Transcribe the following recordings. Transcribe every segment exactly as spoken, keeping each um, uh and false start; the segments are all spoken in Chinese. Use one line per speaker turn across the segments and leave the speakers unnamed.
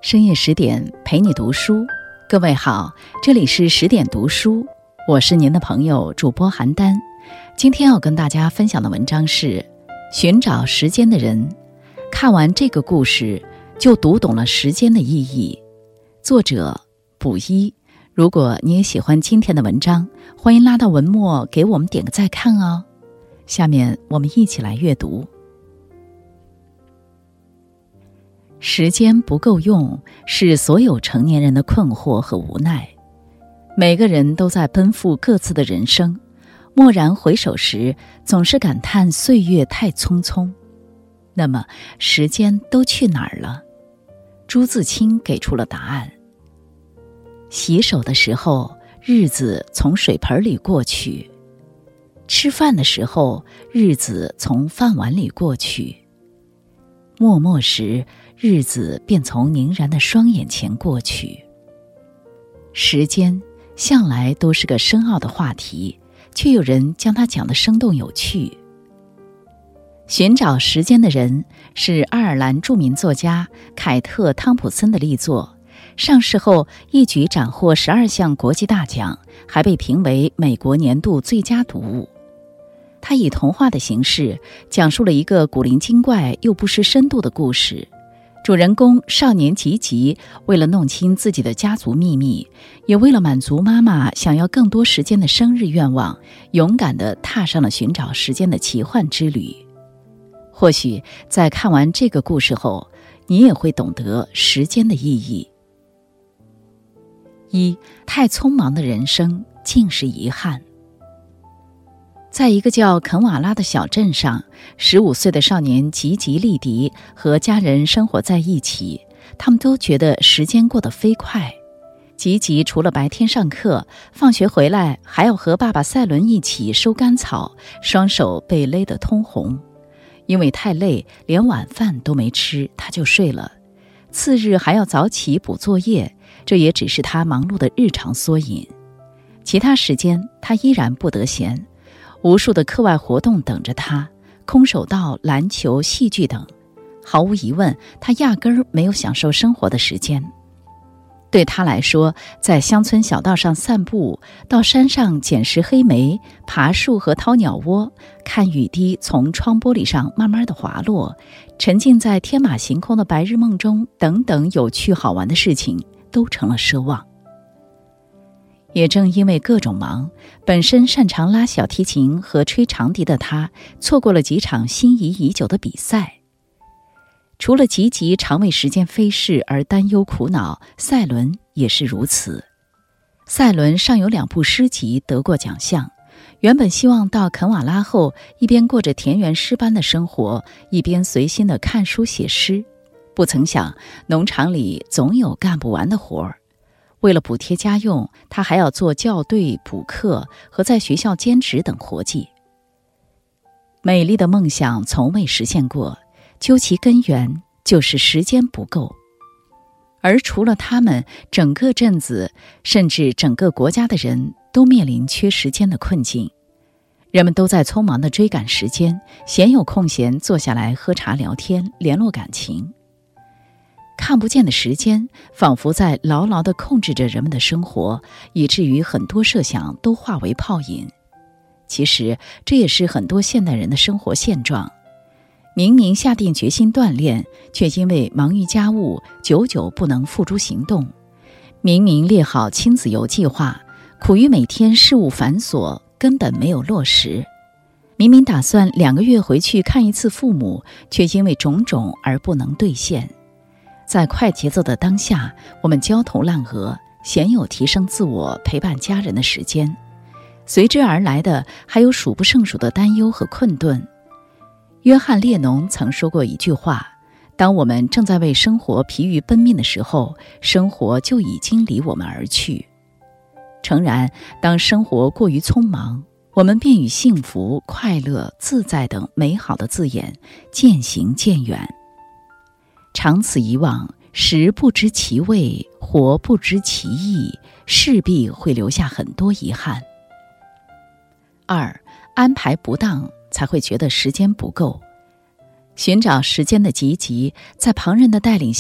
深夜十点陪你读书，各位好，这里是十点读书，我是您的朋友主播韩丹。今天要跟大家分享的文章是寻找时间的人，看完这个故事就读懂了时间的意义。作者卜一。如果你也喜欢今天的文章，欢迎拉到文末给我们点个再看哦。下面我们一起来阅读。时间不够用，是所有成年人的困惑和无奈。每个人都在奔赴各自的人生，蓦然回首时，总是感叹岁月太匆匆。那么，时间都去哪儿了？朱自清给出了答案。洗手的时候，日子从水盆里过去；吃饭的时候，日子从饭碗里过去；默默时，日子便从凝然的双眼前过去。时间向来都是个深奥的话题，却有人将它讲得生动有趣。寻找时间的人是爱尔兰著名作家凯特·汤普森的力作，上市后一举斩获十二项国际大奖，还被评为美国年度最佳读物。他以童话的形式讲述了一个古灵精怪又不失深度的故事。主人公少年吉吉为了弄清自己的家族秘密，也为了满足妈妈想要更多时间的生日愿望，勇敢地踏上了寻找时间的奇幻之旅。或许在看完这个故事后，你也会懂得时间的意义。一，太匆忙的人生尽是遗憾。在一个叫肯瓦拉的小镇上，十五岁的少年吉吉利迪和家人生活在一起，他们都觉得时间过得飞快。吉吉除了白天上课，放学回来还要和爸爸赛伦一起收干草，双手被勒得通红。因为太累，连晚饭都没吃，他就睡了。次日还要早起补作业，这也只是他忙碌的日常缩影。其他时间他依然不得闲，无数的课外活动等着他，空手道、篮球、戏剧等。毫无疑问，他压根儿没有享受生活的时间。对他来说，在乡村小道上散步，到山上捡拾黑莓，爬树和掏鸟窝，看雨滴从窗玻璃上慢慢地滑落，沉浸在天马行空的白日梦中，等等有趣好玩的事情都成了奢望。也正因为各种忙，本身擅长拉小提琴和吹长笛的他，错过了几场心仪已久的比赛。除了吉吉常为时间飞逝而担忧苦恼，赛伦也是如此。赛伦尚有两部诗集得过奖项，原本希望到肯瓦拉后一边过着田园诗般的生活，一边随心地看书写诗，不曾想农场里总有干不完的活儿。为了补贴家用，他还要做校对、补课和在学校兼职等活计。美丽的梦想从未实现过，究其根源就是时间不够。而除了他们，整个镇子甚至整个国家的人都面临缺时间的困境。人们都在匆忙地追赶时间，闲有空闲坐下来喝茶聊天，联络感情。看不见的时间仿佛在牢牢地控制着人们的生活，以至于很多设想都化为泡影。其实这也是很多现代人的生活现状。明明下定决心锻炼，却因为忙于家务，久久不能付诸行动。明明列好亲子游计划，苦于每天事务繁琐，根本没有落实。明明打算两个月回去看一次父母，却因为种种而不能兑现。在快节奏的当下，我们焦头烂额，鲜有提升自我、陪伴家人的时间，随之而来的还有数不胜数的担忧和困顿。约翰列侬曾说过一句话：当我们正在为生活疲于奔命的时候，生活就已经离我们而去。诚然，当生活过于匆忙，我们便与幸福、快乐、自在等美好的字眼渐行渐远。长此以往，食不知其味，活不知其意，势必会留下很多遗憾。二，安排不当才会觉得时间不够。寻找时间的吉吉，在旁人的带领下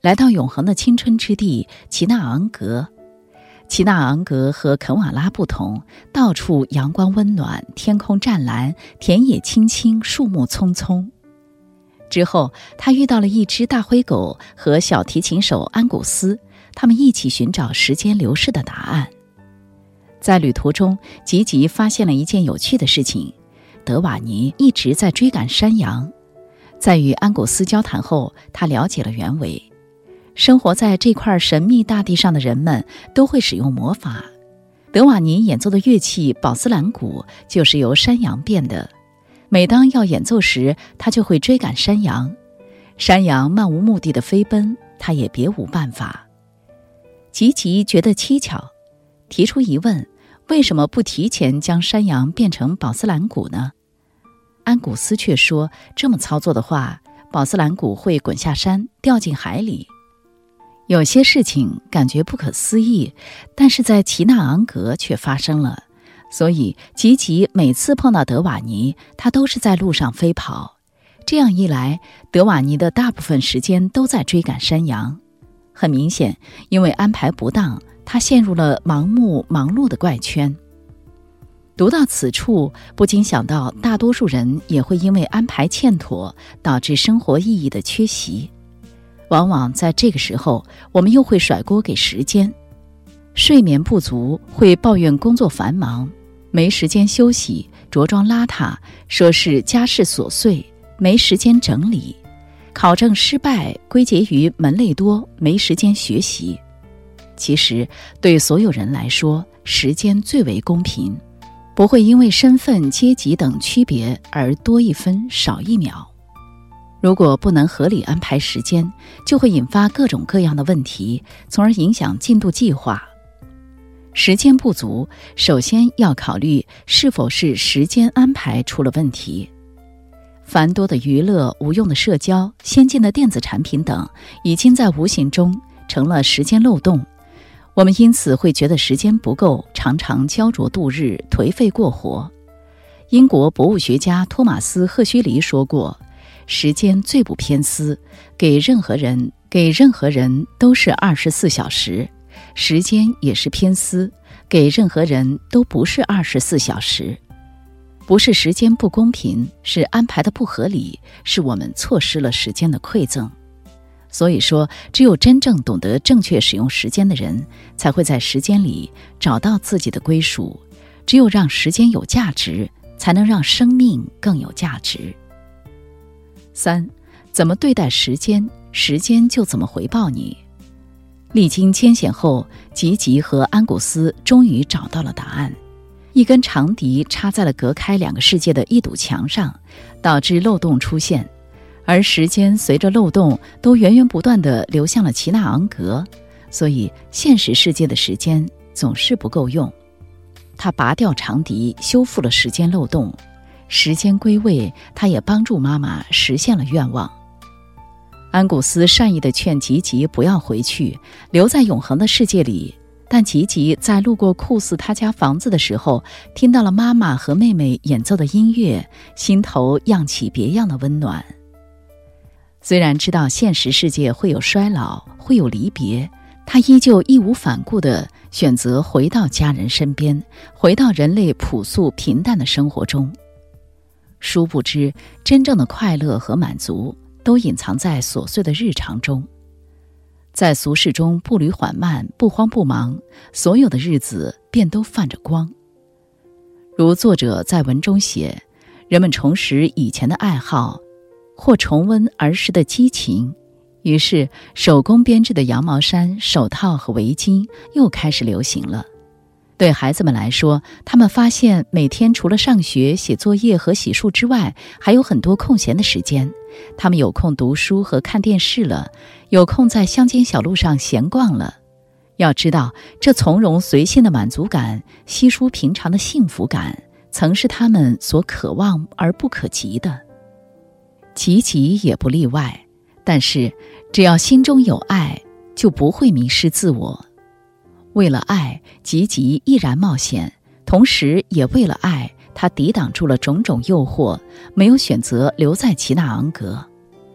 来到永恒的青春之地奇纳昂格。奇纳昂格和肯瓦拉不同，到处阳光温暖，天空湛蓝，田野青青，树木葱葱。之后他遇到了一只大灰狗和小提琴手安古斯，他们一起寻找时间流逝的答案。在旅途中，吉吉发现了一件有趣的事情，德瓦尼一直在追赶山羊。在与安古斯交谈后，他了解了原委。生活在这块神秘大地上的人们都会使用魔法。德瓦尼演奏的乐器宝斯兰鼓就是由山羊变的。每当要演奏时，他就会追赶山羊。山羊漫无目的的飞奔，他也别无办法。吉吉觉得蹊跷，提出疑问：为什么不提前将山羊变成宝斯兰鼓呢？安古斯却说，这么操作的话，宝斯兰鼓会滚下山，掉进海里。有些事情感觉不可思议，但是在奇纳昂格却发生了。所以吉吉每次碰到德瓦尼，他都是在路上飞跑。这样一来，德瓦尼的大部分时间都在追赶山羊。很明显，因为安排不当，他陷入了盲目忙碌的怪圈。读到此处，不禁想到大多数人也会因为安排欠妥，导致生活意义的缺席。往往在这个时候，我们又会甩锅给时间。睡眠不足，会抱怨工作繁忙，没时间休息，着装邋遢，说是家事琐碎，没时间整理。考证失败归结于门类多，没时间学习。其实对所有人来说，时间最为公平，不会因为身份、阶级等区别而多一分少一秒。如果不能合理安排时间，就会引发各种各样的问题，从而影响进度计划。时间不足，首先要考虑是否是时间安排出了问题。繁多的娱乐、无用的社交、先进的电子产品等，已经在无形中成了时间漏洞。我们因此会觉得时间不够，常常焦灼度日，颓废过活。英国博物学家托马斯·赫胥黎说过，时间最不偏私，给任何人给任何人都是二十四小时，时间也是偏私，给任何人都不是二十四小时。不是时间不公平，是安排的不合理，是我们错失了时间的馈赠。所以说，只有真正懂得正确使用时间的人，才会在时间里找到自己的归属。只有让时间有价值，才能让生命更有价值。三，怎么对待时间，时间就怎么回报你。历经艰险后，吉吉和安古斯终于找到了答案。一根长笛插在了隔开两个世界的一堵墙上，导致漏洞出现，而时间随着漏洞都源源不断地流向了奇纳昂格，所以现实世界的时间总是不够用。他拔掉长笛，修复了时间漏洞，时间归位，他也帮助妈妈实现了愿望。安古斯善意地劝吉吉不要回去，留在永恒的世界里，但吉吉在路过酷似他家房子的时候，听到了妈妈和妹妹演奏的音乐，心头漾起别样的温暖。虽然知道现实世界会有衰老，会有离别，他依旧义无反顾地选择回到家人身边，回到人类朴素平淡的生活中。殊不知，真正的快乐和满足都隐藏在琐碎的日常中。在俗世中步履缓慢，不慌不忙，所有的日子便都泛着光。如作者在文中写，人们重拾以前的爱好，或重温儿时的激情，于是手工编织的羊毛衫、手套和围巾又开始流行了。对孩子们来说，他们发现每天除了上学、写作业和洗漱之外，还有很多空闲的时间。他们有空读书和看电视了，有空在乡间小路上闲逛了。要知道，这从容随性的满足感、稀疏平常的幸福感，曾是他们所渴望而不可及的。吉吉也不例外，但是只要心中有爱，就不会迷失自我。为了爱，吉吉毅然冒险，同时也为了爱，他抵挡住了种种诱惑，没有选择留在奇纳昂格。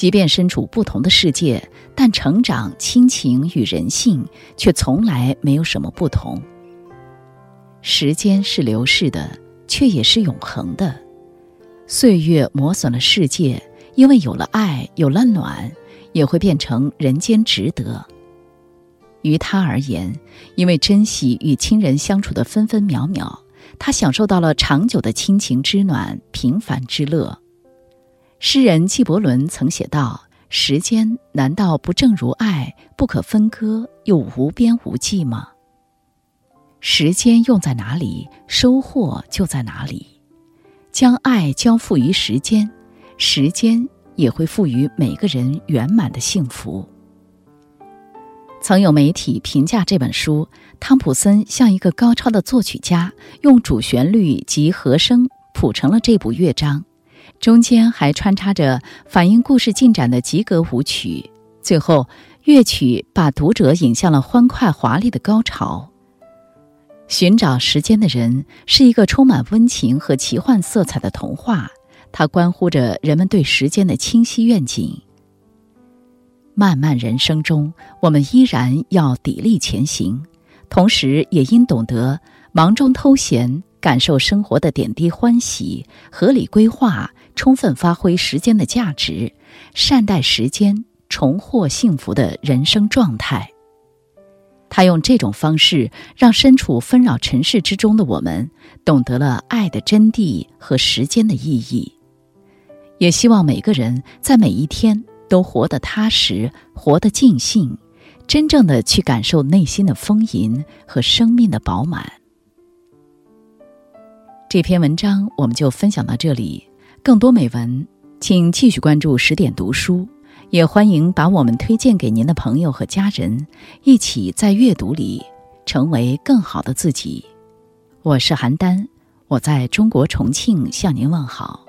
即便身处不同的世界，但成长、亲情与人性却从来没有什么不同。时间是流逝的，却也是永恒的。岁月磨损了世界，因为有了爱，有了暖，也会变成人间值得。于他而言，因为珍惜与亲人相处的分分秒秒，他享受到了长久的亲情之暖，平凡之乐。诗人纪伯伦曾写道：时间难道不正如爱，不可分割又无边无际吗？时间用在哪里，收获就在哪里。将爱交付于时间，时间也会赋予每个人圆满的幸福。曾有媒体评价这本书，汤普森像一个高超的作曲家，用主旋律及和声谱成了这部乐章，中间还穿插着反映故事进展的吉格舞曲，最后乐曲把读者引向了欢快华丽的高潮。寻找时间的人是一个充满温情和奇幻色彩的童话，它关乎着人们对时间的清晰愿景。漫漫人生中，我们依然要砥砺前行，同时也应懂得忙中偷闲，感受生活的点滴欢喜，合理规划，充分发挥时间的价值，善待时间，重获幸福的人生状态。他用这种方式让身处纷扰尘世之中的我们懂得了爱的真谛和时间的意义。也希望每个人在每一天都活得踏实，活得尽兴，真正的去感受内心的丰盈和生命的饱满。这篇文章我们就分享到这里，更多美文请继续关注十点读书，也欢迎把我们推荐给您的朋友和家人，一起在阅读里成为更好的自己。我是邯郸，我在中国重庆向您问好。